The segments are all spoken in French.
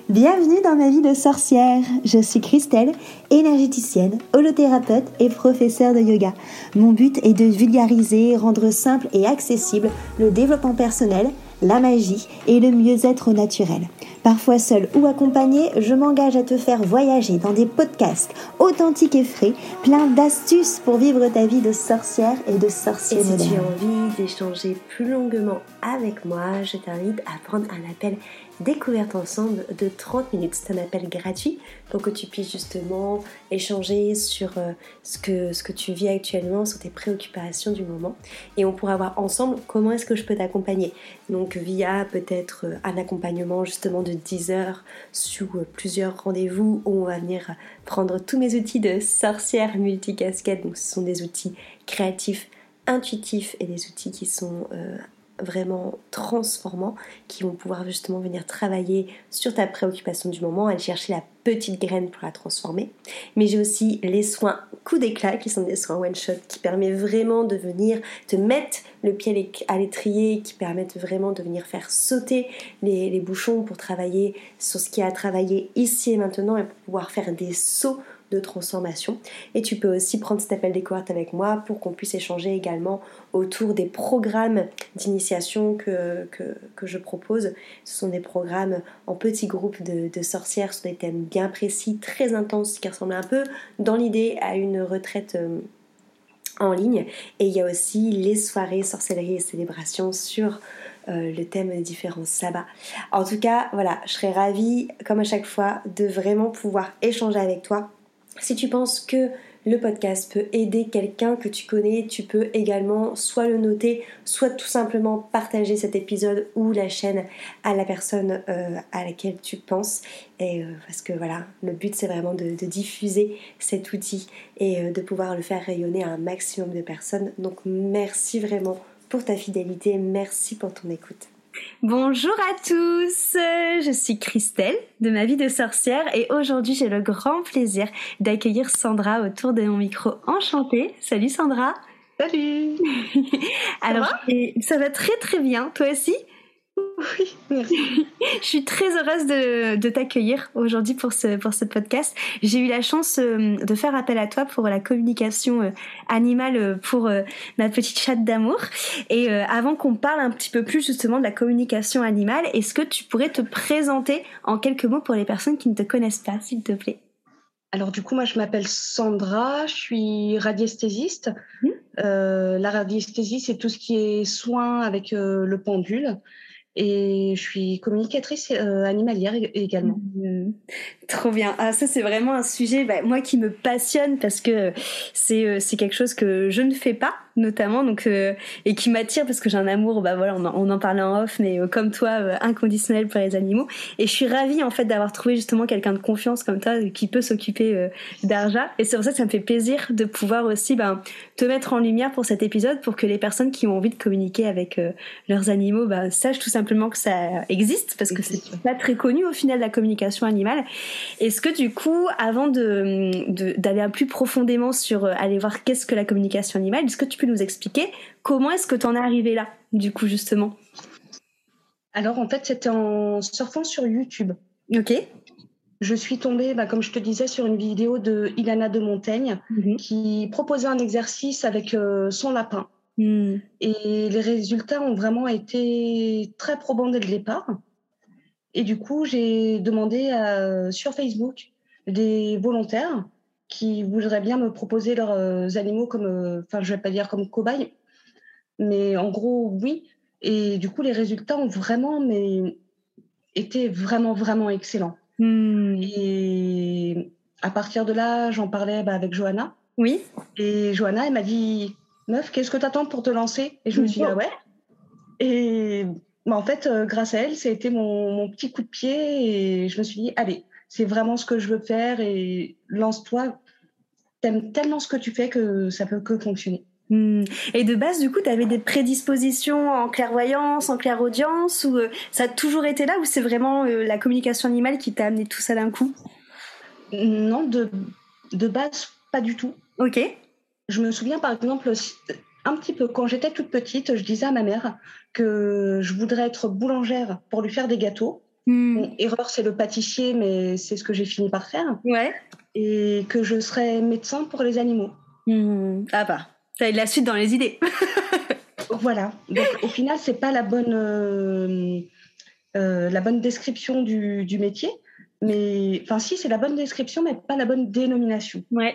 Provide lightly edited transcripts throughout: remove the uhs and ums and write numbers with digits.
Bienvenue dans ma vie de sorcière. Je suis Christelle, énergéticienne, holothérapeute et professeure de yoga. Mon but est de vulgariser, rendre simple et accessible le développement personnel, la magie et le mieux-être naturel. Parfois seule ou accompagnée, je m'engage à te faire voyager dans des podcasts authentiques et frais, plein d'astuces pour vivre ta vie de sorcière et de sorcier moderne. Et si tu as envie d'échanger plus longuement avec moi, je t'invite à prendre un appel découverte ensemble de 30 minutes. C'est un appel gratuit pour que tu puisses justement échanger sur ce que tu vis actuellement, sur tes préoccupations du moment. Et on pourra voir ensemble comment est-ce que je peux t'accompagner. Donc via peut-être un accompagnement justement de 10 heures sous plusieurs rendez-vous où on va venir prendre tous mes outils de sorcière multicasquette. Donc ce sont des outils créatifs, intuitifs et des outils qui sont vraiment transformants, qui vont pouvoir justement venir travailler sur ta préoccupation du moment, aller chercher la petite graine pour la transformer. Mais j'ai aussi les soins coup d'éclat qui sont des soins one shot qui permettent vraiment de venir te mettre le pied à l'étrier, qui permettent vraiment de venir faire sauter les bouchons pour travailler sur ce qui a à travailler ici et maintenant et pour pouvoir faire des sauts de transformation. Et tu peux aussi prendre cet appel découverte avec moi pour qu'on puisse échanger également autour des programmes d'initiation que je propose. Ce sont des programmes en petits groupes de sorcières sur des thèmes bien précis, très intenses, qui ressemblent un peu dans l'idée à une retraite en ligne. Et il y a aussi les soirées sorcellerie et célébration sur le thème des différents sabbats. En tout cas, voilà, je serais ravie, comme à chaque fois, de vraiment pouvoir échanger avec toi. Si tu penses que le podcast peut aider quelqu'un que tu connais, tu peux également soit le noter, soit tout simplement partager cet épisode ou la chaîne à la personne à laquelle tu penses. Et parce que voilà, le but c'est vraiment de diffuser cet outil et de pouvoir le faire rayonner à un maximum de personnes. Donc merci vraiment pour ta fidélité, merci pour ton écoute. Bonjour à tous, je suis Christelle de ma vie de sorcière et aujourd'hui j'ai le grand plaisir d'accueillir Sandra autour de mon micro. Enchantée, salut Sandra. Salut. Alors ça va très très bien, toi aussi? Oui, merci. Je suis très heureuse de t'accueillir aujourd'hui pour ce podcast. J'ai eu la chance de faire appel à toi pour la communication animale pour ma petite chatte d'amour. Et avant qu'on parle un petit peu plus justement de la communication animale, est-ce que tu pourrais te présenter en quelques mots pour les personnes qui ne te connaissent pas, s'il te plaît? Alors du coup, moi je m'appelle Sandra, je suis radiesthésiste. La radiesthésie, c'est tout ce qui est soin avec le pendule. Et je suis communicatrice animalière également. Trop bien. Ah, ça c'est vraiment un sujet moi qui me passionne parce que c'est quelque chose que je ne fais pas notamment donc et qui m'attire parce que j'ai un amour voilà on en parlait en off mais comme toi inconditionnel pour les animaux et je suis ravie en fait d'avoir trouvé justement quelqu'un de confiance comme toi qui peut s'occuper d'Arja et c'est pour ça que ça me fait plaisir de pouvoir aussi te mettre en lumière pour cet épisode pour que les personnes qui ont envie de communiquer avec leurs animaux sachent tout simplement que ça existe parce que c'est pas très connu au final la communication animale. Est-ce que du coup, avant d'aller plus profondément sur aller voir qu'est-ce que la communication animale, est-ce que tu peux nous expliquer comment est-ce que tu en es arrivée là, du coup, justement? Alors en fait, c'était en surfant sur YouTube. Ok. Je suis tombée, comme je te disais, sur une vidéo de Ilana de Montaigne qui proposait un exercice avec son lapin. Et les résultats ont vraiment été très probants dès le départ. Et du coup, j'ai demandé sur Facebook des volontaires qui voudraient bien me proposer leurs animaux comme, je vais pas dire comme cobayes, mais en gros, oui. Et du coup, les résultats ont vraiment été vraiment, vraiment excellents. Et à partir de là, j'en parlais avec Johanna. Oui. Et Johanna, elle m'a dit « Meuf, qu'est-ce que t'attends pour te lancer ?» Et je me suis dit « Ah ouais ?» Et en fait, grâce à elle, ça a été mon petit coup de pied et je me suis dit, allez, c'est vraiment ce que je veux faire et lance-toi. T'aimes tellement ce que tu fais que ça peut que fonctionner. Et de base, du coup, tu avais des prédispositions en clairvoyance, en clairaudience ou ça a toujours été là ou c'est vraiment la communication animale qui t'a amené tout ça d'un coup? Non, de base, pas du tout. Ok. Je me souviens, par exemple, un petit peu, quand j'étais toute petite, je disais à ma mère que je voudrais être boulangère pour lui faire des gâteaux. Bon, erreur, c'est le pâtissier, mais c'est ce que j'ai fini par faire. Ouais. Et que je serais médecin pour les animaux. Ah bah, t'as eu de la suite dans les idées. Voilà. Donc, au final, c'est pas la bonne description du métier. Mais, enfin, si, c'est la bonne description, mais pas la bonne dénomination. Ouais.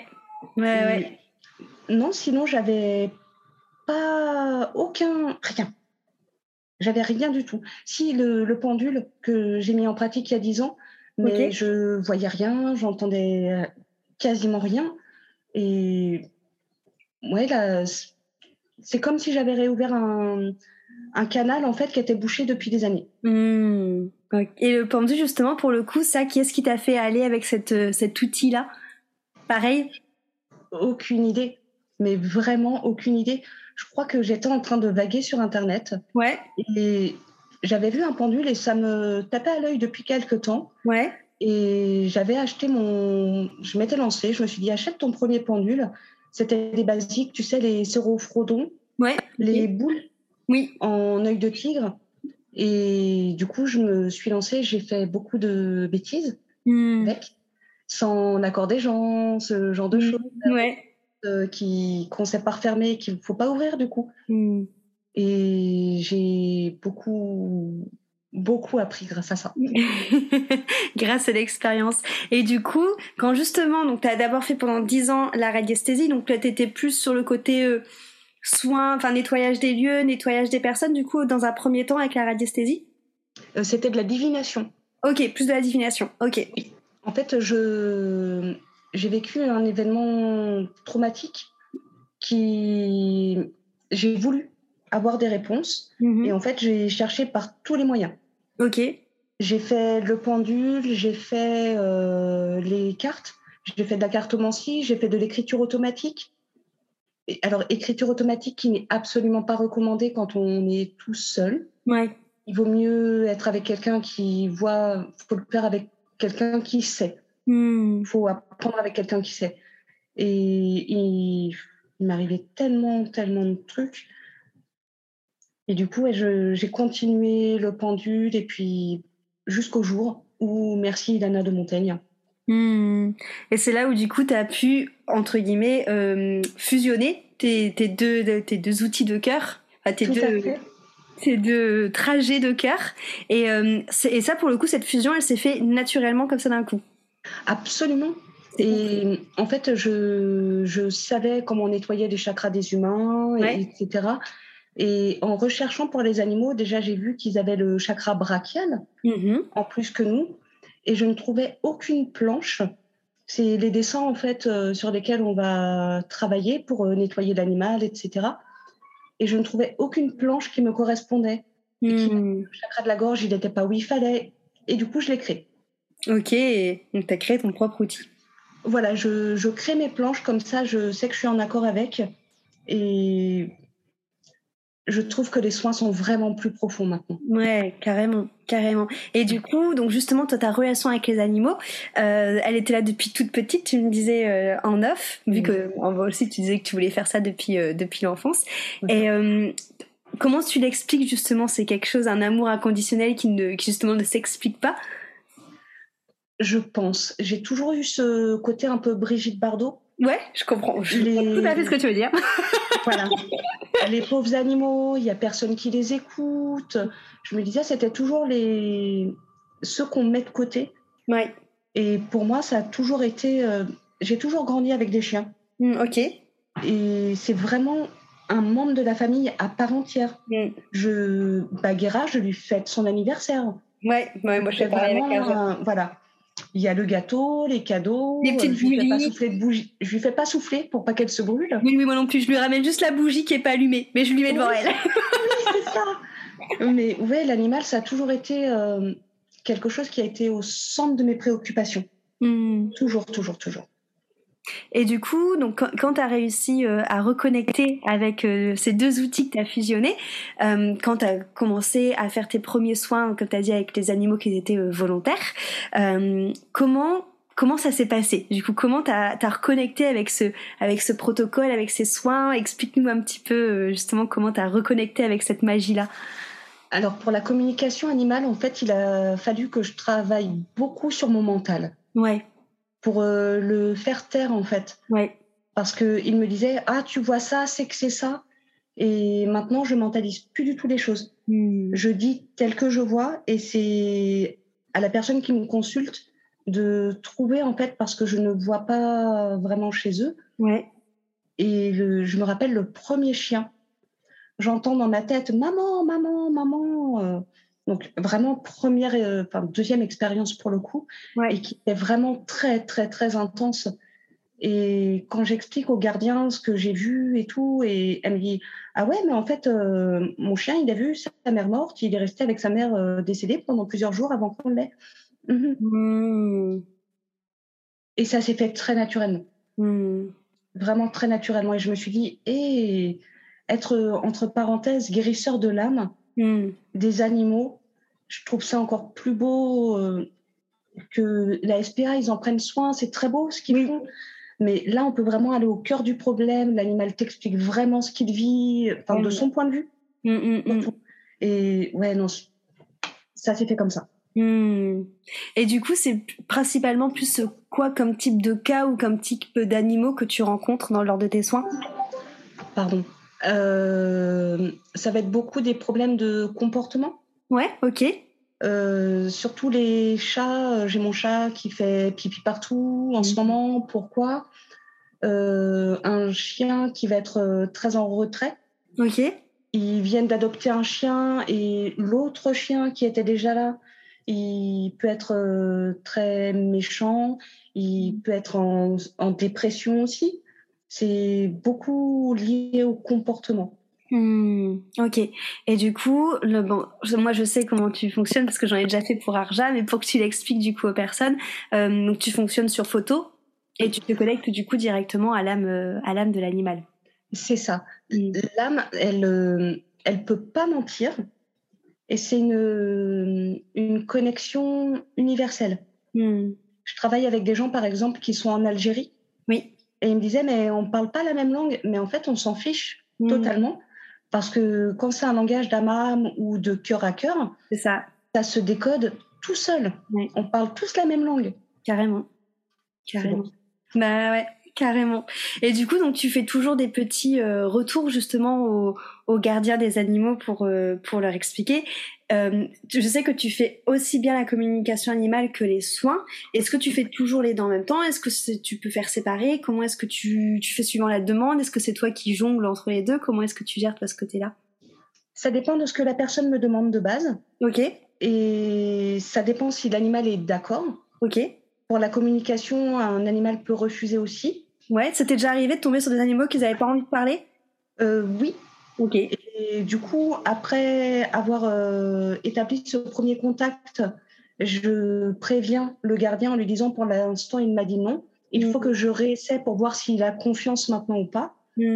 Non, sinon, j'avais pas rien. J'avais rien du tout. Si, le pendule que j'ai mis en pratique il y a 10 ans, mais je voyais rien, j'entendais quasiment rien. Et ouais, là, c'est comme si j'avais réouvert un canal en fait qui était bouché depuis des années. Et le pendule, justement, pour le coup, ça, qu'est-ce qui t'a fait aller avec cet outil-là? Pareil? Aucune idée, mais vraiment aucune idée. Je crois que j'étais en train de vaguer sur Internet. Ouais. Et j'avais vu un pendule et ça me tapait à l'œil depuis quelques temps. Ouais. Et j'avais acheté je m'étais lancée, je me suis dit, achète ton premier pendule. C'était des basiques, tu sais, les Cérophodons, les boules en œil de tigre. Et du coup, je me suis lancée, j'ai fait beaucoup de bêtises avec, sans accord des gens, ce genre de choses qu'on sait pas refermer, qu'il ne faut pas ouvrir du coup. Et j'ai beaucoup appris grâce à ça. Grâce à l'expérience. Et du coup, quand justement, donc tu as d'abord fait pendant 10 ans la radiesthésie, donc là tu étais plus sur le côté soins, enfin nettoyage des lieux, nettoyage des personnes, du coup, dans un premier temps avec la radiesthésie? C'était de la divination. Ok, plus de la divination, ok. Oui. En fait, j'ai vécu un événement traumatique j'ai voulu avoir des réponses. Et en fait, j'ai cherché par tous les moyens. Ok. J'ai fait le pendule, j'ai fait les cartes, j'ai fait de la cartomancie, j'ai fait de l'écriture automatique. Alors, écriture automatique qui n'est absolument pas recommandée quand on est tout seul. Ouais. Il vaut mieux être avec quelqu'un qui voit, il faut le faire avec quelqu'un qui sait. Il faut apprendre avec quelqu'un qui sait. Et il m'arrivait tellement de trucs. Et du coup, j'ai continué le pendule et puis jusqu'au jour où, merci Ilana de Montaigne. Et c'est là où du coup tu as pu, entre guillemets, fusionner tes deux outils de cœur, enfin, tes deux trajets de cœur. Et ça, pour le coup, cette fusion, elle s'est fait naturellement comme ça d'un coup. Absolument. Et en fait, je savais comment nettoyer les chakras des humains, etc. Et en recherchant pour les animaux, déjà, j'ai vu qu'ils avaient le chakra brachial, en plus que nous. Et je ne trouvais aucune planche. C'est les dessins, en fait, sur lesquels on va travailler pour nettoyer l'animal, etc. Et je ne trouvais aucune planche qui me correspondait. Le chakra de la gorge, il n'était pas où il fallait. Et du coup, je l'ai créé. Ok, donc tu as créé ton propre outil. Voilà, je crée mes planches, comme ça, je sais que je suis en accord avec. Et je trouve que les soins sont vraiment plus profonds maintenant. Ouais, carrément. Et du coup, donc justement, toi, ta relation avec les animaux, elle était là depuis toute petite, tu me disais en off, vu que en bas aussi tu disais que tu voulais faire ça depuis l'enfance. Et comment tu l'expliques justement? C'est quelque chose, un amour inconditionnel qui justement ne s'explique pas? Je pense. J'ai toujours eu ce côté un peu Brigitte Bardot. Ouais, je comprends. Je comprends tout à fait ce que tu veux dire. Voilà. Les pauvres animaux, il n'y a personne qui les écoute. Je me disais, c'était toujours ceux qu'on met de côté. Ouais. Et pour moi, ça a toujours été... j'ai toujours grandi avec des chiens. Ok. Et c'est vraiment un membre de la famille à part entière. Guéra, je lui fête son anniversaire. Ouais, moi je fais pareil avec elle. Voilà. Il y a le gâteau, les cadeaux. Les petites bougies. Je lui fais pas souffler pour pas qu'elle se brûle. Oui, moi non plus. Je lui ramène juste la bougie qui est pas allumée, mais je lui mets devant elle. Oui, c'est ça. Mais ouais, l'animal, ça a toujours été quelque chose qui a été au centre de mes préoccupations. Toujours. Et du coup, donc quand tu as réussi à reconnecter avec ces deux outils que tu as fusionnés, quand tu as commencé à faire tes premiers soins, comme tu as dit, avec les animaux qui étaient volontaires, comment ça s'est passé? Du coup, comment t'as reconnecté avec ce protocole, avec ces soins? Explique-nous un petit peu justement comment t'as reconnecté avec cette magie-là. Alors, pour la communication animale, en fait, il a fallu que je travaille beaucoup sur mon mental. Ouais. Pour le faire taire, en fait. Ouais. Parce qu'il me disait « Ah, tu vois ça, c'est que c'est ça ». Et maintenant, je mentalise plus du tout les choses. Je dis tel que je vois et c'est à la personne qui me consulte de trouver, en fait, parce que je ne vois pas vraiment chez eux. Ouais. Et je me rappelle le premier chien. J'entends dans ma tête « Maman, maman, maman ». Donc, vraiment, deuxième expérience pour le coup, ouais. et qui est vraiment très, très, très intense. Et quand j'explique au gardien ce que j'ai vu et tout, et elle me dit « Ah ouais, mais en fait, mon chien, il a vu sa mère morte, il est resté avec sa mère décédée pendant plusieurs jours avant qu'on l'ait. » Et ça s'est fait très naturellement. Vraiment très naturellement. Et je me suis dit, être, entre parenthèses, guérisseur de l'âme des animaux, je trouve ça encore plus beau que la SPA, ils en prennent soin, c'est très beau ce qu'ils font. Mais là, on peut vraiment aller au cœur du problème. L'animal t'explique vraiment ce qu'il vit, de son point de vue. Et ouais, non, ça s'est fait comme ça. Et du coup, c'est principalement plus quoi comme type de cas ou comme type d'animaux que tu rencontres lors de tes soins ? Pardon. Ça va être beaucoup des problèmes de comportement. Ouais, ok. Surtout les chats. J'ai mon chat qui fait pipi partout en ce moment. Pourquoi ? Un chien qui va être très en retrait. Ok. Ils viennent d'adopter un chien et l'autre chien qui était déjà là, il peut être très méchant, il peut être en dépression aussi. C'est beaucoup lié au comportement. Ok. Et du coup, moi je sais comment tu fonctionnes parce que j'en ai déjà fait pour Arja, mais pour que tu l'expliques du coup aux personnes, donc tu fonctionnes sur photo et tu te connectes du coup directement à l'âme de l'animal. C'est ça. L'âme, elle peut pas mentir et c'est une connexion universelle. Je travaille avec des gens, par exemple, qui sont en Algérie. Oui. Et ils me disaient, mais on ne parle pas la même langue. Mais en fait, on s'en fiche totalement. Parce que quand c'est un langage d'âme à âme ou de cœur à cœur, c'est ça. Ça se décode tout seul. Oui. On parle tous la même langue. Carrément. Bah ouais, carrément. Et du coup, donc tu fais toujours des petits retours justement aux gardiens des animaux pour leur expliquer. Je sais que tu fais aussi bien la communication animale que les soins. Est-ce que tu fais toujours les deux en même temps ? Est-ce que tu peux faire séparer ? Comment est-ce que tu fais suivant la demande ? Est-ce que c'est toi qui jongles entre les deux ? Comment est-ce que tu gères toi ce côté-là ? Ça dépend de ce que la personne me demande de base. Ok. Et ça dépend si l'animal est d'accord. Ok. Pour la communication, un animal peut refuser aussi. Ouais, ça t'est déjà arrivé de tomber sur des animaux qu'ils n'avaient pas envie de parler ? Oui. Ok. Et du coup, après avoir établi ce premier contact, je préviens le gardien en lui disant pour l'instant, il m'a dit non. Il faut que je réessaie pour voir s'il a confiance maintenant ou pas.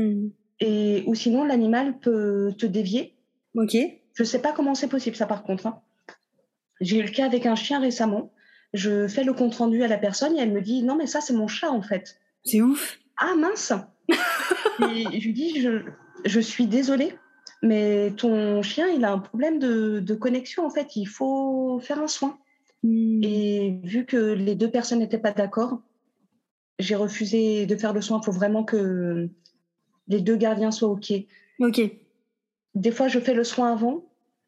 Ou sinon, l'animal peut te dévier. Ok. Je ne sais pas comment c'est possible, ça, par contre. J'ai eu le cas avec un chien récemment. Je fais le compte-rendu à la personne et elle me dit « Non, mais ça, c'est mon chat, en fait. » C'est ouf. Ah, mince. Et je lui dis « Je suis désolée, mais ton chien, il a un problème de connexion, en fait. Il faut faire un soin. » Et vu que les deux personnes n'étaient pas d'accord, j'ai refusé de faire le soin. Il faut vraiment que les deux gardiens soient OK. Ok. Des fois, je fais le soin avant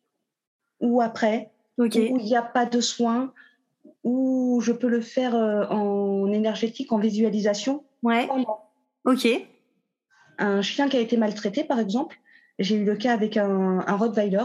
ou après, où il n'y a pas de soin, ou je peux le faire en énergétique, en visualisation. Ouais. Ok. Un chien qui a été maltraité, par exemple, j'ai eu le cas avec un Rottweiler.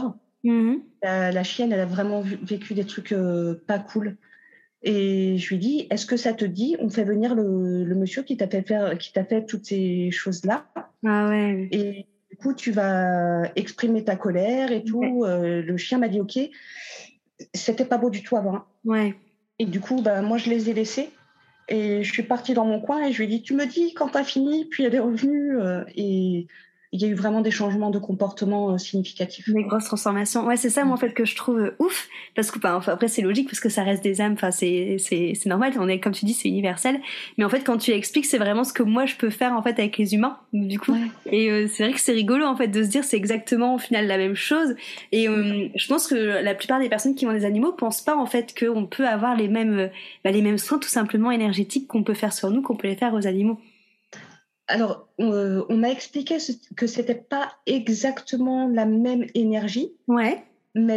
La chienne, elle a vraiment vécu des trucs pas cool. Et je lui dis, est-ce que ça te dit, on fait venir le monsieur qui t'a fait toutes ces choses-là. Ah ouais. Et du coup, tu vas exprimer ta colère et tout. Ouais. Le chien m'a dit OK. C'était pas beau du tout avant. Ouais. Et du coup, moi, je les ai laissés. Et je suis partie dans mon coin et je lui ai dit, tu me dis quand t'as fini. Puis elle est revenue et il y a eu vraiment des changements de comportement significatifs. Des grosses transformations. Ouais, c'est ça, moi, en fait, que je trouve ouf. Parce que, après, c'est logique, parce que ça reste des âmes. Enfin, c'est normal. On est, comme tu dis, c'est universel. Mais en fait, quand tu expliques, c'est vraiment ce que moi, je peux faire, en fait, avec les humains, du coup. Ouais. Et c'est vrai que c'est rigolo, en fait, de se dire, c'est exactement, au final, la même chose. Et je pense que la plupart des personnes qui ont des animaux pensent pas, en fait, qu'on peut avoir les mêmes soins, tout simplement, énergétiques qu'on peut faire sur nous, qu'on peut les faire aux animaux. Alors, on m'a expliqué que c'était pas exactement la même énergie. Ouais. Mais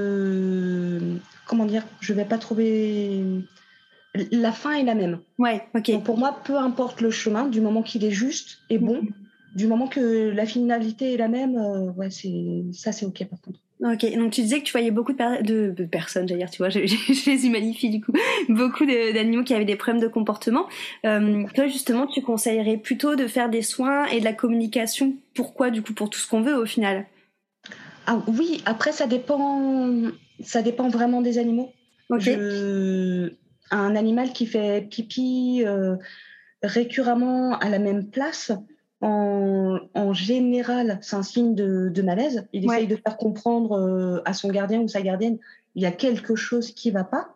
comment dire, je vais pas trouver. La fin est la même. Ouais, ok. Donc pour moi, peu importe le chemin, du moment qu'il est juste et bon, du moment que la finalité est la même, ouais, c'est ok par contre. Ok, donc tu disais que tu voyais beaucoup de personnes, j'allais dire, tu vois, je les humanifie du coup, beaucoup d'animaux qui avaient des problèmes de comportement. Toi justement, tu conseillerais plutôt de faire des soins et de la communication. Pourquoi du coup? Pour tout ce qu'on veut au final. Ah oui, après ça dépend vraiment des animaux. Ok. Un animal qui fait pipi récurremment à la même place, en général, c'est un signe de malaise. Il essaye de faire comprendre à son gardien ou sa gardienne, il y a quelque chose qui ne va pas.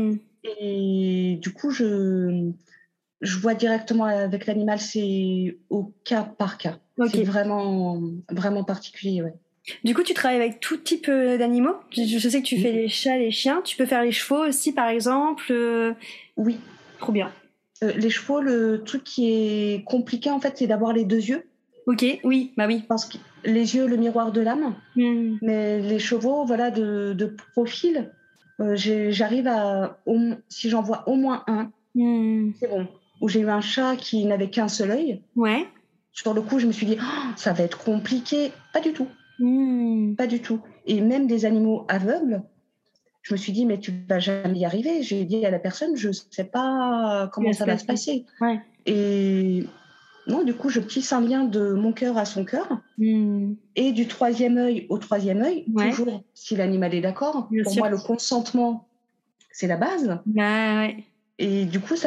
Et du coup, je vois directement avec l'animal, c'est au cas par cas. Okay. C'est vraiment, vraiment particulier, ouais. Du coup, tu travailles avec tout type d'animaux. Je sais que tu fais les chats, les chiens. Tu peux faire les chevaux aussi, par exemple. Oui. Trop bien. Les chevaux, le truc qui est compliqué, en fait, c'est d'avoir les 2 yeux. Ok, oui, bah oui. Parce que les yeux, le miroir de l'âme. Mais les chevaux, voilà, de profil, j'arrive à... Si j'en vois au moins un, c'est bon. Où j'ai eu un chat qui n'avait qu'un seul œil. Ouais. Sur le coup, je me suis dit, oh, ça va être compliqué. Pas du tout. Pas du tout. Et même des animaux aveugles, je me suis dit, mais tu vas jamais y arriver. J'ai dit à la personne, je sais pas comment ça va se passer. Ouais. Et non, du coup, je tisse un lien de mon cœur à son cœur et du 3e œil au 3e œil, toujours si l'animal est d'accord. Pour moi, le consentement, c'est la base. Ouais. Et du coup,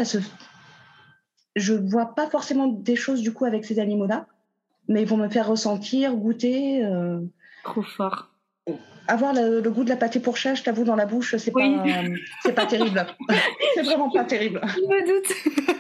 je vois pas forcément des choses du coup avec ces animaux-là, mais ils vont me faire ressentir, goûter. Trop fort. Avoir le goût de la pâté pour chat, je t'avoue, dans la bouche, c'est pas terrible. C'est vraiment pas terrible. Je me doute.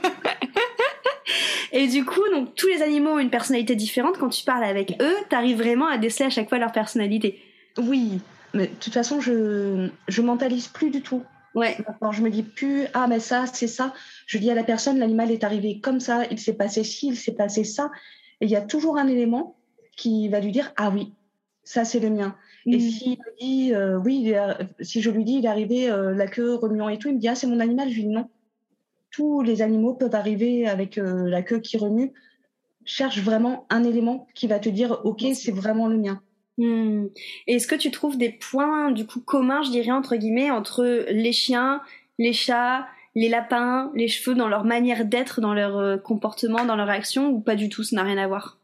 Et du coup, donc, tous les animaux ont une personnalité différente. Quand tu parles avec eux, t'arrives vraiment à déceler à chaque fois leur personnalité. Oui, mais de toute façon, je mentalise plus du tout. Ouais. Alors, je me dis plus, ah, mais ça, c'est ça. Je dis à la personne, l'animal est arrivé comme ça, il s'est passé ci, il s'est passé ça. Et il y a toujours un élément qui va lui dire, ah oui, ça, c'est le mien. Et s'il me dit, si je lui dis, il est arrivé la queue remuant et tout, il me dit, ah, c'est mon animal. Je lui dis, non. Tous les animaux peuvent arriver avec la queue qui remue. Cherche vraiment un élément qui va te dire, ok, c'est vraiment le mien. Et est-ce que tu trouves des points du coup communs, je dirais entre guillemets, entre les chiens, les chats, les lapins, les chevaux dans leur manière d'être, dans leur comportement, dans leur action, ou pas du tout, ça n'a rien à voir?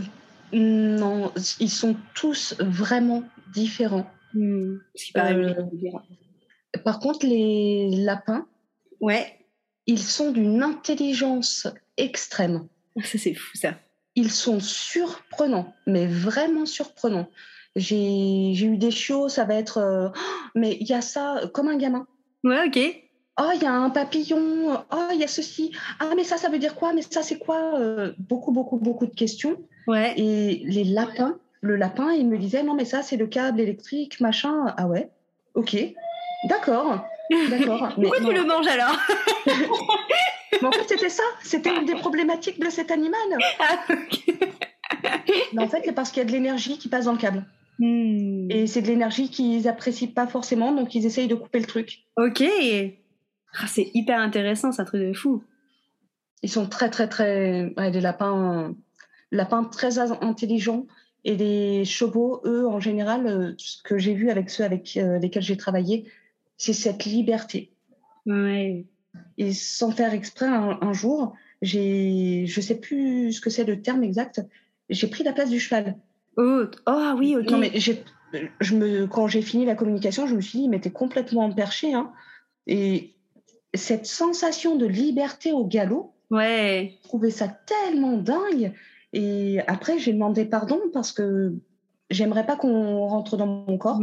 Non, ils sont tous vraiment différents. Ce qui paraît par contre, les lapins, ils sont d'une intelligence extrême. Ça, c'est fou, ça. Ils sont surprenants, mais vraiment surprenants. J'ai eu des chiots, ça va être mais il y a ça comme un gamin. Ouais, ok. Oh, il y a un papillon. Oh, il y a ceci. Ah, mais ça veut dire quoi? Mais ça, c'est quoi? Beaucoup de questions. Ouais. Et le lapin, il me disait, non, mais ça, c'est le câble électrique, machin. Ah ouais, ok, d'accord. Pourquoi tu le manges alors? Mais en fait, c'était une des problématiques de cet animal. Ah, ok. Mais en fait, c'est parce qu'il y a de l'énergie qui passe dans le câble. Et c'est de l'énergie qu'ils apprécient pas forcément, donc ils essayent de couper le truc. Ok. Ah, c'est hyper intéressant, c'est un truc de fou. Ils sont très, très, très... Ouais, des lapins très intelligents. Et les chevaux, eux, en général, ce que j'ai vu avec ceux avec lesquels j'ai travaillé, c'est cette liberté. Ouais. Et sans faire exprès, un jour, je sais plus ce que c'est le terme exact, j'ai pris la place du cheval. Oh oui, ok. Non, mais quand j'ai fini la communication, je me suis dit, mais t'es complètement perché, hein. Et cette sensation de liberté au galop, je trouvais ça tellement dingue. Et après, j'ai demandé pardon parce que j'aimerais pas qu'on rentre dans mon corps.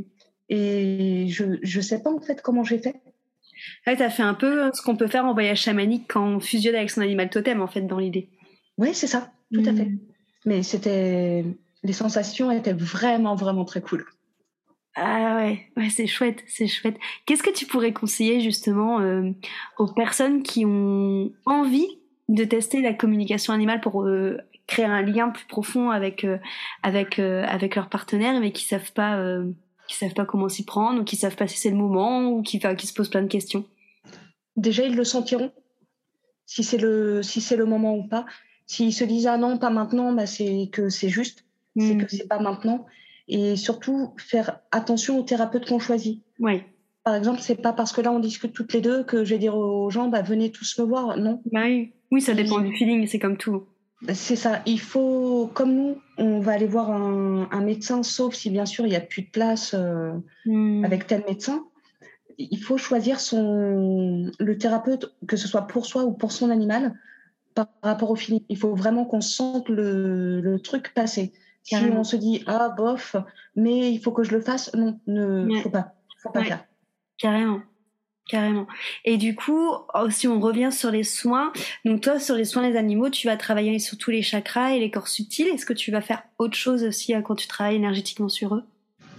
Et je sais pas en fait comment j'ai fait. Ouais, t'as fait un peu ce qu'on peut faire en voyage chamanique quand on fusionne avec son animal totem, en fait, dans l'idée. Oui, c'est ça, tout à fait. Mais les sensations étaient vraiment, vraiment très cool. Ah ouais, c'est chouette, c'est chouette. Qu'est-ce que tu pourrais conseiller justement aux personnes qui ont envie de tester la communication animale pour créer un lien plus profond avec leur partenaire, mais qui savent pas comment s'y prendre, ou qui savent pas si c'est le moment, ou qui se posent plein de questions? Déjà, ils le sentiront, si c'est le moment ou pas. S'ils se disent « Ah non, pas maintenant », bah c'est que c'est juste, c'est que c'est pas maintenant. Et surtout, faire attention aux thérapeutes qu'on choisit. Ouais. Par exemple, c'est pas parce que là, on discute toutes les deux que je vais dire aux gens « Venez tous me voir ». Non. Bah oui, ça dépend du feeling, c'est comme tout. C'est ça. Il faut, comme nous, on va aller voir un médecin, sauf si, bien sûr, il n'y a plus de place avec tel médecin. Il faut choisir le thérapeute, que ce soit pour soi ou pour son animal, par rapport au feeling. Il faut vraiment qu'on sente le truc passer. Carrément. Si on se dit « Ah, bof, mais il faut que je le fasse », non, faut pas faire. Carrément. Et du coup, si on revient sur les soins, donc toi, sur les soins des animaux, tu vas travailler sur tous les chakras et les corps subtils. Est-ce que tu vas faire autre chose aussi quand tu travailles énergétiquement sur eux?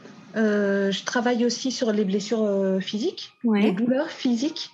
Je travaille aussi sur les blessures physiques, les douleurs physiques,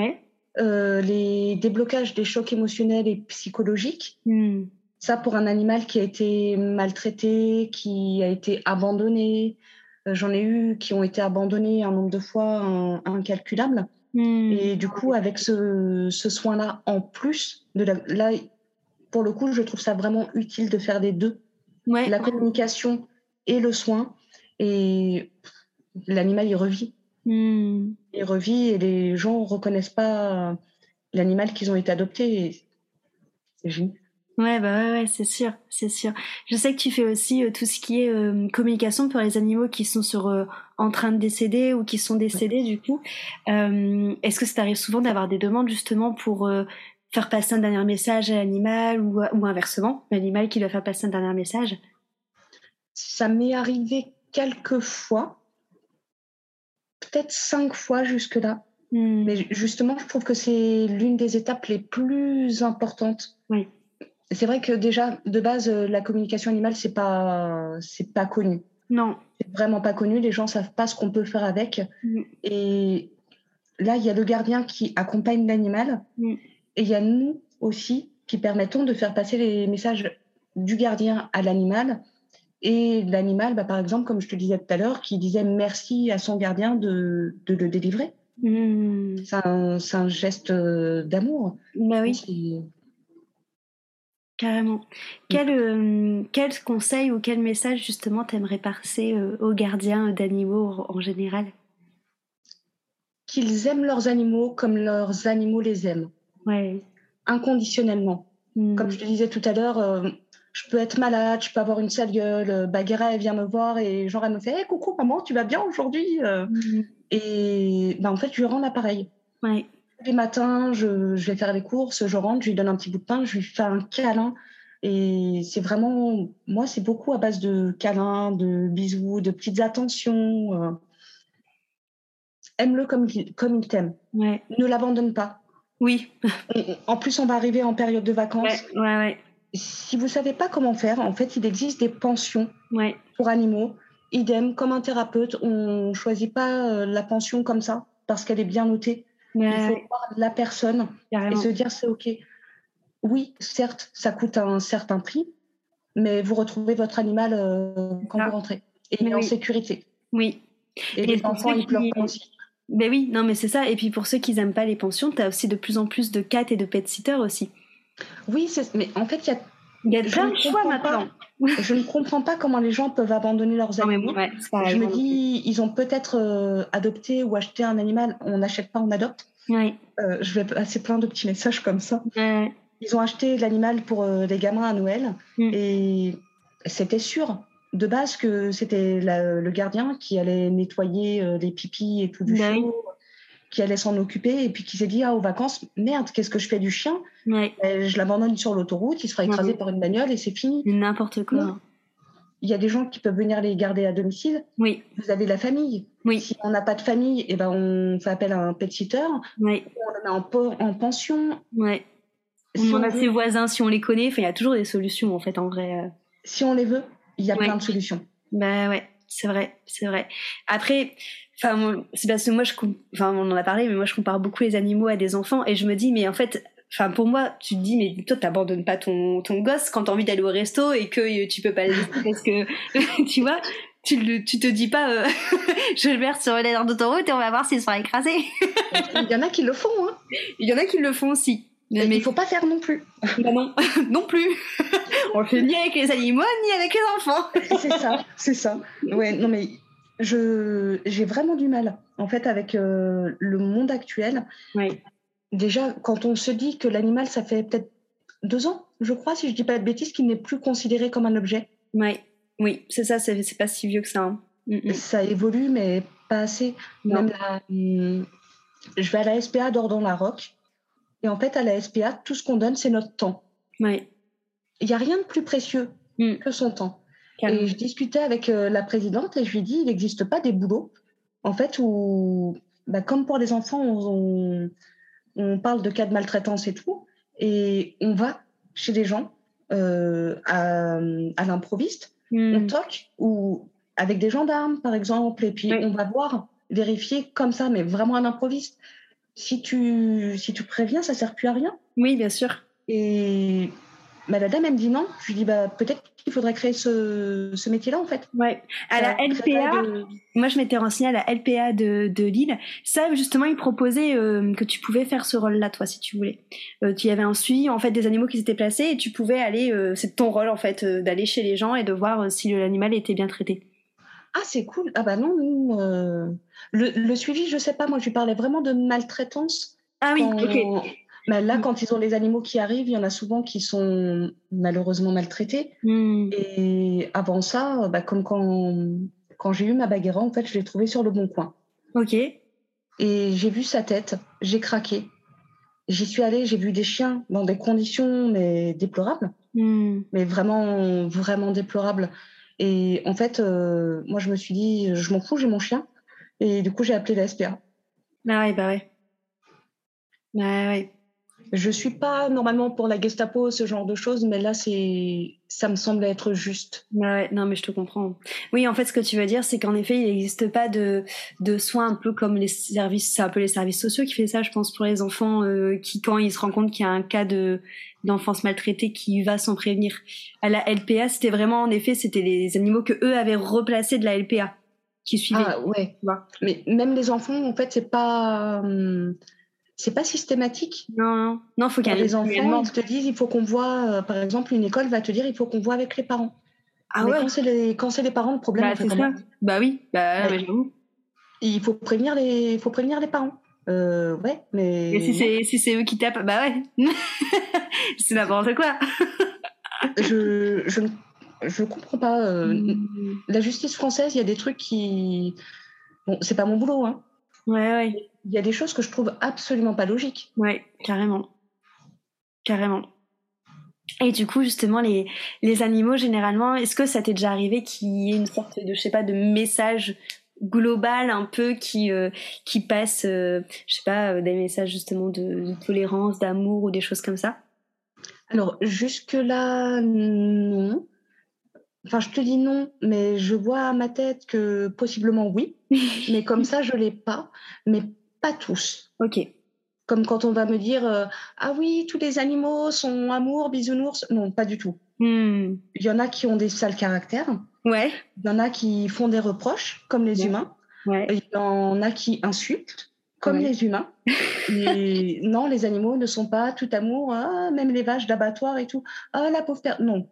les déblocages des chocs émotionnels et psychologiques. Ça, pour un animal qui a été maltraité, qui a été abandonné. J'en ai eu qui ont été abandonnés un nombre de fois incalculable. Et du coup, avec ce soin-là en plus, là, pour le coup, je trouve ça vraiment utile de faire les deux. La communication et le soin. Et l'animal, il revit. Il revit et les gens ne reconnaissent pas l'animal qu'ils ont été adoptés. Et c'est génial. Ouais, c'est sûr. Je sais que tu fais aussi tout ce qui est communication pour les animaux qui sont en train de décéder ou qui sont décédés du coup. Est-ce que ça t'arrive souvent d'avoir des demandes justement pour faire passer un dernier message à l'animal ou inversement, l'animal qui doit faire passer un dernier message? Ça m'est arrivé quelques fois, peut-être 5 fois jusque-là. Mais justement, je trouve que c'est l'une des étapes les plus importantes. Oui. C'est vrai que déjà, de base, la communication animale, c'est pas connu. Non. C'est vraiment pas connu. Les gens savent pas ce qu'on peut faire avec. Et là, il y a le gardien qui accompagne l'animal. Et il y a nous aussi qui permettons de faire passer les messages du gardien à l'animal. Et l'animal, par exemple, comme je te disais tout à l'heure, qui disait merci à son gardien de le délivrer. C'est un geste d'amour. Bah oui. Carrément. Quel conseil ou quel message justement t'aimerais passer aux gardiens d'animaux en général? Qu'ils aiment leurs animaux comme leurs animaux les aiment. Ouais. Inconditionnellement. Comme je te disais tout à l'heure, je peux être malade, je peux avoir une sale gueule. Bagheera, elle vient me voir et genre elle me fait hey, « coucou maman, tu vas bien aujourd'hui ?» Et en fait, je lui rends l'appareil. Ouais. Tous les matins, je vais faire les courses, je rentre, je lui donne un petit bout de pain, je lui fais un câlin. Et c'est vraiment, moi, c'est beaucoup à base de câlins, de bisous, de petites attentions. Aime-le comme il t'aime. Ouais. Ne l'abandonne pas. Oui. En plus, on va arriver en période de vacances. Ouais. Si vous ne savez pas comment faire, en fait, il existe des pensions pour animaux. Idem, comme un thérapeute, on ne choisit pas la pension comme ça, parce qu'elle est bien notée. Il faut voir la personne et se dire c'est OK. Oui, certes, ça coûte un certain prix, mais vous retrouvez votre animal quand vous rentrez. Et il est en sécurité. Oui. Et les enfants, ils pleurent pas aussi. Ben oui, non mais c'est ça. Et puis pour ceux qui n'aiment pas les pensions, tu as aussi de plus en plus de cat et de pet-sitters aussi. Oui, mais en fait, il y a plein de choix maintenant. Je ne comprends pas comment les gens peuvent abandonner leurs animaux. Je me dis, ils ont peut-être adopté ou acheté un animal. On n'achète pas, on adopte. Je vais passer plein de petits messages comme ça. Ils ont acheté l'animal pour les gamins à Noël. Et c'était sûr, de base, que c'était le gardien qui allait nettoyer les pipis et tout du chiot. qui allait s'en occuper et puis qui s'est dit aux vacances, merde, qu'est-ce que je fais du chien? Je l'abandonne sur l'autoroute, il se fera écraser par une bagnole et c'est fini. N'importe quoi. Non. Il y a des gens qui peuvent venir les garder à domicile. Oui. Vous avez la famille. Oui. Si on n'a pas de famille, eh ben on fait appel à un pet-sitter. Oui. On le met en pension. Oui. Si on a ses voisins, si on les connaît, il y a toujours des solutions en fait en vrai. Si on les veut, il y a plein de solutions. Bah ouais, c'est vrai. Après, c'est parce que moi on en a parlé, mais moi je compare beaucoup les animaux à des enfants et je me dis mais en fait, pour moi, tu te dis mais toi t'abandonnes pas ton gosse quand t'as envie d'aller au resto et que tu peux pas le laisser parce que tu vois. Tu te dis pas je vais le mettre sur l'aire d'autoroute et on va voir s'il sera écrasé. Il y en a qui le font, hein. Il y en a qui le font aussi. Mais il faut pas faire non plus. Bah non plus. On le fait ni avec les animaux ni avec les enfants. C'est ça. Ouais, non mais j'ai vraiment du mal en fait avec le monde actuel. Oui. Déjà, quand on se dit que l'animal, ça fait peut-être 2 ans, je crois, si je dis pas de bêtises, qu'il n'est plus considéré comme un objet. Oui, c'est ça, c'est pas si vieux que ça. Hein. Ça évolue, mais pas assez. Non. Même là, je vais à la SPA d'Ordon-la-Roque. Et en fait, à la SPA, tout ce qu'on donne, c'est notre temps. Oui. Il n'y a rien de plus précieux que son temps. Carrément. Et je discutais avec la présidente et je lui ai dit, il n'existe pas des boulots, en fait, où, comme pour les enfants, on parle de cas de maltraitance et tout, et on va chez des gens à l'improviste, on toque, ou avec des gendarmes, par exemple, et puis on va voir, vérifier comme ça, mais vraiment à l'improviste. Si tu préviens, ça sert plus à rien. Oui, bien sûr. Et la dame, elle me dit non. Je lui dis peut-être qu'il faudrait créer ce métier-là, en fait. Ouais. À la LPA, moi je m'étais renseignée à la LPA de Lille. Ça, justement, ils proposaient que tu pouvais faire ce rôle-là, toi, si tu voulais. Tu y avais un suivi, en fait, des animaux qui s'étaient placés et tu pouvais aller. C'est ton rôle, en fait, d'aller chez les gens et de voir si l'animal était bien traité. Ah, c'est cool. Ah bah non, nous, le suivi, je sais pas. Moi, je lui parlais vraiment de maltraitance. Ah oui, ok. Là, quand ils ont les animaux qui arrivent, il y en a souvent qui sont malheureusement maltraités. Et avant ça, comme quand j'ai eu ma Bagheera, en fait, je l'ai trouvée sur le Bon Coin. Ok. Et j'ai vu sa tête, j'ai craqué. J'y suis allée, j'ai vu des chiens dans des conditions mais déplorables, mais vraiment, vraiment déplorables. Et en fait, moi, je me suis dit, je m'en fous, j'ai mon chien. Et du coup, j'ai appelé la SPA. Ah ouais. Je suis pas normalement pour la Gestapo, ce genre de choses, mais là, ça me semble être juste. Ouais, non, mais je te comprends. Oui, en fait, ce que tu veux dire, c'est qu'en effet, il n'existe pas de soins un peu comme les services, c'est un peu les services sociaux qui fait ça, je pense, pour les enfants qui, quand ils se rendent compte qu'il y a un cas d'enfance maltraitée, qui va sans prévenir. À la LPA, c'était vraiment, en effet, c'était les animaux que eux avaient replacés de la LPA qui suivaient. Ah ouais. Mais même les enfants, en fait, c'est pas systématique. Non, faut qu'il y ait les enfants, ils te disent, il faut qu'on voit, par exemple, une école va te dire, il faut qu'on voit avec les parents. Ah mais ouais. quand c'est les parents, le problème, c'est ça. Bah oui, j'avoue. Il faut prévenir les parents. Ouais, mais. Mais si c'est eux qui tapent, bah ouais. C'est n'importe quoi. Je comprends pas. La justice française, il y a des trucs qui. Bon, c'est pas mon boulot, hein. Ouais. Il y a des choses que je trouve absolument pas logiques. Ouais, carrément. Et du coup, justement, les animaux, généralement, est-ce que ça t'est déjà arrivé qu'il y ait une sorte de, je sais pas, de message global un peu qui passe, je sais pas, des messages justement de tolérance, d'amour ou des choses comme ça? Alors, jusque-là, non. Enfin, je te dis non, mais je vois à ma tête que possiblement oui. Mais comme ça, je l'ai pas. Mais pas tous. Ok. Comme quand on va me dire ah oui, tous les animaux sont amour, bisounours. Non, pas du tout. Il y en a qui ont des sales caractères. Ouais. Il y en a qui font des reproches, comme les humains. Ouais. Il y en a qui insultent, comme les humains. Et non, les animaux ne sont pas tout amour. Ah, même les vaches d'abattoir et tout. Ah, la pauvre terre. Non.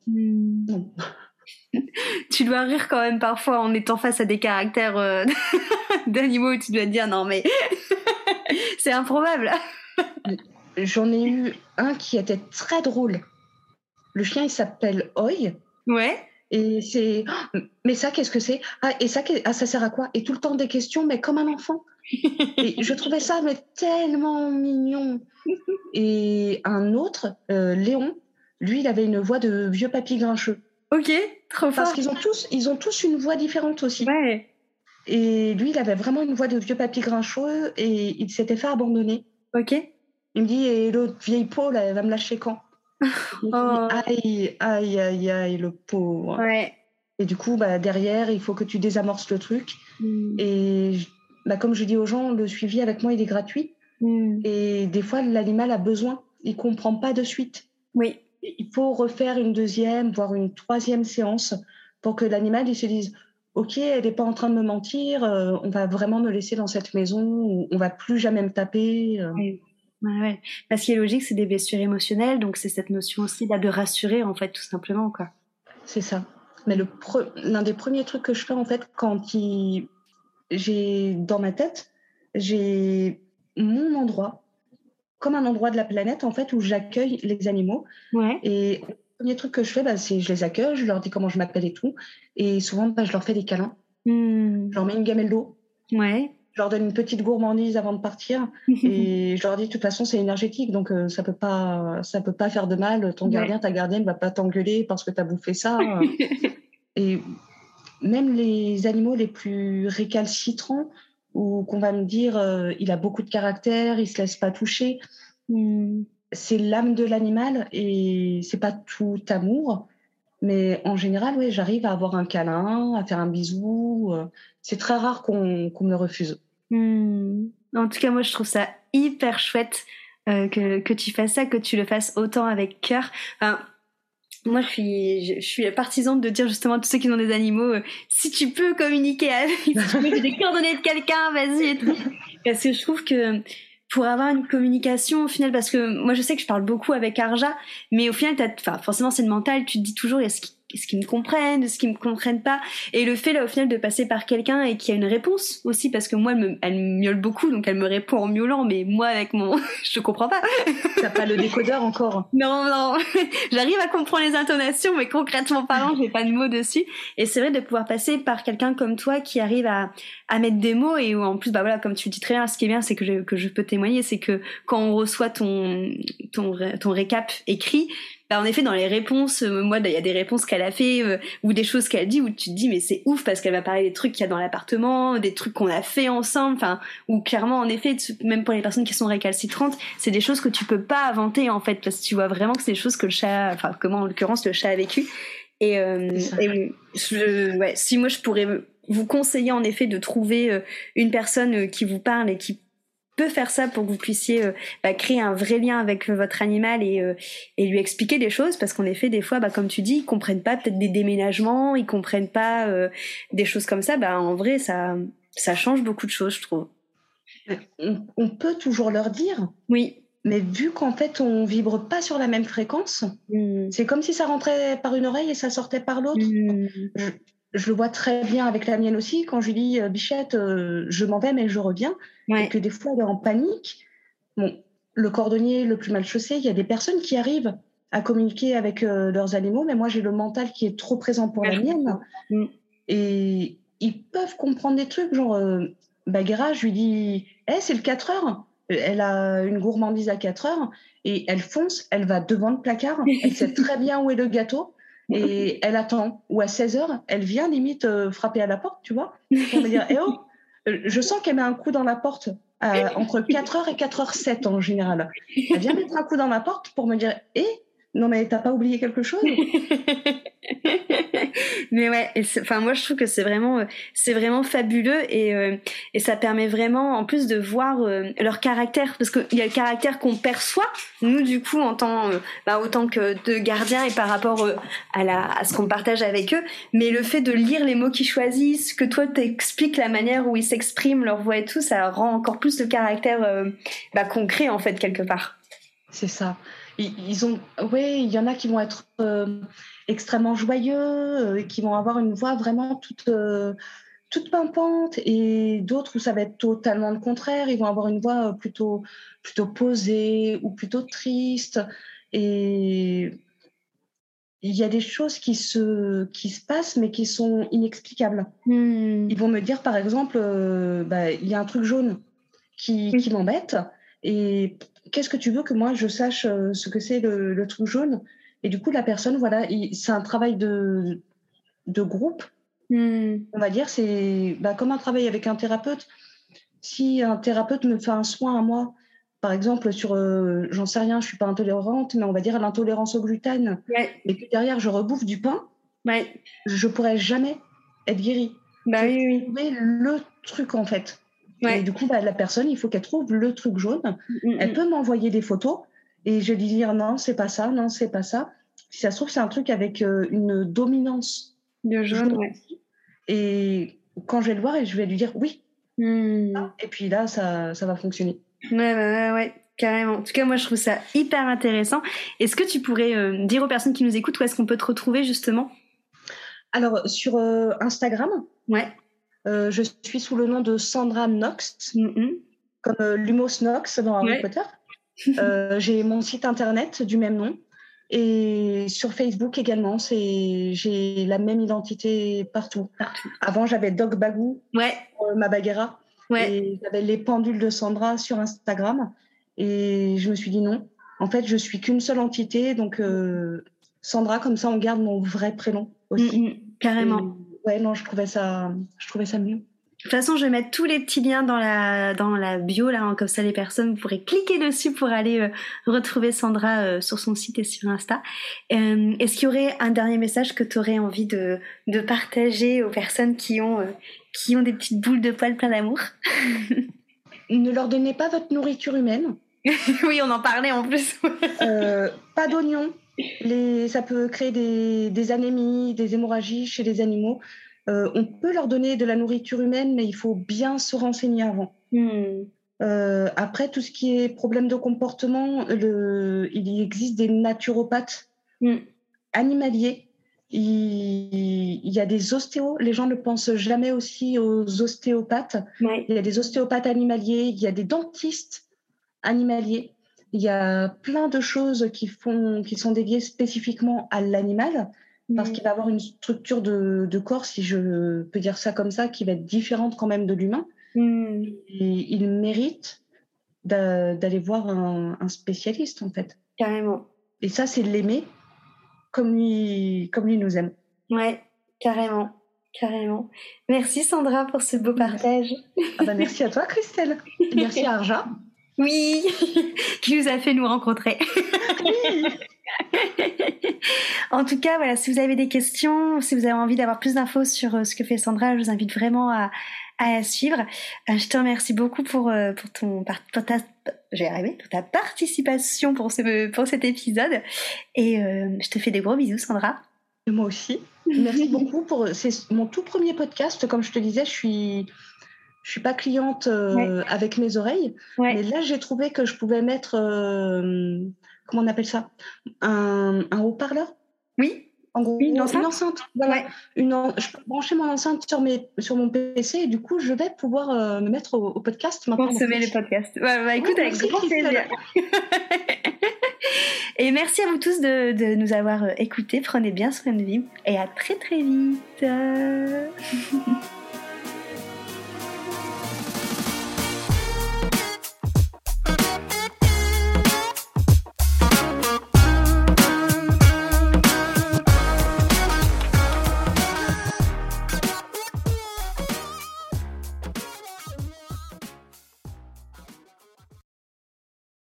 Tu dois rire quand même parfois en étant face à des caractères d'animaux où tu dois te dire non mais c'est improbable. J'en ai eu un qui était très drôle. Le chien, il s'appelle Oi. Ouais. Et c'est mais ça, qu'est-ce que c'est? Ah, et ça, ça sert à quoi? Et tout le temps des questions, mais comme un enfant. Et je trouvais ça mais tellement mignon. Et un autre, Léon, lui, il avait une voix de vieux papy grincheux. Ok, trop fort. Parce qu'ils ont tous une voix différente aussi. Ouais. Et lui, il avait vraiment une voix de vieux papy grincheux et il s'était fait abandonner. Ok. Il me dit, et l'autre vieille peau, là, elle va me lâcher quand? Aïe, aïe, aïe, aïe, le pauvre. Ouais. Et du coup, derrière, il faut que tu désamorces le truc. Et comme je dis aux gens, le suivi avec moi, il est gratuit. Et des fois, l'animal a besoin. Il ne comprend pas de suite. Oui. Il faut refaire une deuxième, voire une troisième séance pour que l'animal il se dise « Ok, elle n'est pas en train de me mentir, on va vraiment me laisser dans cette maison, ou on ne va plus jamais me taper. Oui. Ouais. Ce qui est logique, c'est des blessures émotionnelles, donc c'est cette notion aussi de rassurer, en fait, tout simplement, quoi. C'est ça. Mais l'un des premiers trucs que je fais, en fait, j'ai dans ma tête, j'ai mon endroit, comme un endroit de la planète, en fait, où j'accueille les animaux. Ouais. Et le premier truc que je fais, c'est je les accueille, je leur dis comment je m'appelle et tout. Et souvent, je leur fais des câlins. Je leur mets une gamelle d'eau. Ouais. Je leur donne une petite gourmandise avant de partir. Et je leur dis, de toute façon, c'est énergétique, donc ça peut pas faire de mal. Ton gardien, ta gardienne ne va pas t'engueuler parce que tu as bouffé ça. Et même les animaux les plus récalcitrants, ou qu'on va me dire, il a beaucoup de caractère, il se laisse pas toucher. C'est l'âme de l'animal et c'est pas tout amour. Mais en général, ouais, j'arrive à avoir un câlin, à faire un bisou. C'est très rare qu'on me le refuse. En tout cas, moi, je trouve ça hyper chouette que tu fasses ça, que tu le fasses autant avec cœur. Enfin, moi, je suis partisane de dire justement à tous ceux qui ont des animaux, si tu peux communiquer avec, si tu veux des coordonnées de quelqu'un, vas-y et tout. Parce que je trouve que pour avoir une communication au final, parce que moi je sais que je parle beaucoup avec Arja, mais au final forcément c'est le mental, tu te dis toujours est-ce qu'ils me comprennent, est-ce qu'ils me comprennent pas, et le fait là au final de passer par quelqu'un et qu'il y a une réponse aussi, parce que moi elle me miaule beaucoup, donc elle me répond en miaulant, mais moi avec mon je comprends pas. T'as pas le décodeur encore? Non, j'arrive à comprendre les intonations, mais concrètement parlant j'ai pas de mots dessus, et c'est vrai de pouvoir passer par quelqu'un comme toi qui arrive à mettre des mots, et où en plus voilà, comme tu le dis très bien, ce qui est bien c'est que je peux témoigner, c'est que quand on reçoit ton récap écrit, en effet dans les réponses, moi il y a des réponses qu'elle a fait ou des choses qu'elle dit où tu te dis mais c'est ouf, parce qu'elle va parler des trucs qu'il y a dans l'appartement, des trucs qu'on a fait ensemble, enfin, ou clairement en effet même pour les personnes qui sont récalcitrantes, c'est des choses que tu peux pas inventer en fait, parce que tu vois vraiment que c'est des choses que le chat, enfin comment en l'occurrence le chat a vécu. Et si moi je pourrais vous conseiller en effet de trouver une personne qui vous parle et qui peut faire ça pour que vous puissiez créer un vrai lien avec votre animal et lui expliquer des choses, parce qu'en effet des fois comme tu dis, ils comprennent pas peut-être des déménagements, ils comprennent pas des choses comme ça, en vrai ça change beaucoup de choses, je trouve. On peut toujours leur dire. Oui. Mais vu qu'en fait on vibre pas sur la même fréquence, c'est comme si ça rentrait par une oreille et ça sortait par l'autre. Je le vois très bien avec la mienne aussi, quand je lui dis Bichette, je m'en vais mais je reviens, et que des fois elle est en panique. Bon, le cordonnier le plus mal chaussé, il y a des personnes qui arrivent à communiquer avec leurs animaux, mais moi j'ai le mental qui est trop présent pour la mienne. Et ils peuvent comprendre des trucs, genre Bagheera, je lui dis c'est le 4 heures. Elle a une gourmandise à 4 heures et elle fonce, elle va devant le placard, elle sait très bien où est le gâteau et elle attend. Ou à 16 heures, elle vient limite frapper à la porte, tu vois, pour me dire je sens qu'elle met un coup dans la porte entre 4 heures et 4h07 en général. Elle vient mettre un coup dans la porte pour me dire non mais t'as pas oublié quelque chose? Mais ouais, moi je trouve que c'est vraiment fabuleux, et ça permet vraiment en plus de voir leur caractère, parce qu'il y a le caractère qu'on perçoit nous du coup en tant autant que de gardiens et par rapport à ce qu'on partage avec eux, mais le fait de lire les mots qu'ils choisissent, que toi t'expliques la manière où ils s'expriment, leur voix et tout, ça rend encore plus le caractère concret en fait quelque part. C'est ça. Il y en a qui vont être extrêmement joyeux, qui vont avoir une voix vraiment toute pimpante, et d'autres où ça va être totalement le contraire. Ils vont avoir une voix plutôt posée ou plutôt triste. Et il y a des choses qui se passent, mais qui sont inexplicables. Ils vont me dire, par exemple, il y a un truc jaune qui m'embête, et qu'est-ce que tu veux que moi je sache ce que c'est le truc jaune? Et du coup, la personne, voilà, c'est un travail de groupe. On va dire, c'est comme un travail avec un thérapeute. Si un thérapeute me fait un soin à moi, par exemple, sur, j'en sais rien, je suis pas intolérante, mais on va dire l'intolérance au gluten, et que derrière je rebouffe du pain, je pourrais jamais être guérie. Oui. Trouver le truc en fait. Et du coup, la personne, il faut qu'elle trouve le truc jaune. Elle peut m'envoyer des photos et je lui dire non, c'est pas ça, non, c'est pas ça. Si ça se trouve, c'est un truc avec une dominance de jaune. Et quand je vais le voir, je vais lui dire oui. Et puis là, ça va fonctionner. Ouais, carrément. En tout cas, moi, je trouve ça hyper intéressant. Est-ce que tu pourrais dire aux personnes qui nous écoutent où est-ce qu'on peut te retrouver, justement? Alors, sur Instagram, je suis sous le nom de Sandra Knox, comme Lumos Knox dans Harry Potter. J'ai mon site internet du même nom. Et sur Facebook également, j'ai la même identité partout. Avant, j'avais Dog Bagou, ma Baguera. Et j'avais les pendules de Sandra sur Instagram. Et je me suis dit non. En fait, je suis qu'une seule entité. Donc, Sandra, comme ça, on garde mon vrai prénom aussi. Carrément. Et, je trouvais ça mieux. De toute façon, je vais mettre tous les petits liens dans la bio, là, comme ça les personnes pourraient cliquer dessus pour aller retrouver Sandra sur son site et sur Insta. Est-ce qu'il y aurait un dernier message que tu aurais envie de partager aux personnes qui ont des petites boules de poils plein d'amour? Ne leur donnez pas votre nourriture humaine. Oui, on en parlait en plus. Pas d'oignons. Ça peut créer des anémies, des hémorragies chez les animaux. On peut leur donner de la nourriture humaine, mais il faut bien se renseigner avant. Après, tout ce qui est problème de comportement, il existe des naturopathes animaliers. Il y a des ostéos. Les gens ne pensent jamais aussi aux ostéopathes. Il y a des ostéopathes animaliers, il y a des dentistes animaliers. Il y a plein de choses qui sont dédiées spécifiquement à l'animal. Parce qu'il va avoir une structure de corps, si je peux dire ça comme ça, qui va être différente quand même de l'humain. Et il mérite d'aller voir un spécialiste, en fait. Carrément. Et ça, c'est l'aimer comme lui nous aime. Ouais, carrément. Merci Sandra pour ce beau partage. Merci à toi, Christelle. Et merci à Arja. Oui, qui nous a fait nous rencontrer. Oui. En tout cas, voilà, si vous avez des questions, si vous avez envie d'avoir plus d'infos sur ce que fait Sandra, je vous invite vraiment à la suivre. Je te remercie beaucoup pour ta participation pour cet épisode. Et je te fais des gros bisous, Sandra. Et moi aussi. Merci beaucoup c'est mon tout premier podcast. Comme je te disais, je suis pas cliente avec mes oreilles. Mais là, j'ai trouvé que je pouvais mettre... comment on appelle ça, un haut-parleur. Oui. En gros, une enceinte. Voilà. Je peux brancher mon enceinte sur mon PC et du coup, je vais pouvoir me mettre au podcast maintenant. Consommer les podcasts. Écoute, avec grand plaisir. Et merci à vous tous de nous avoir écoutés. Prenez bien soin de vous et à très très vite.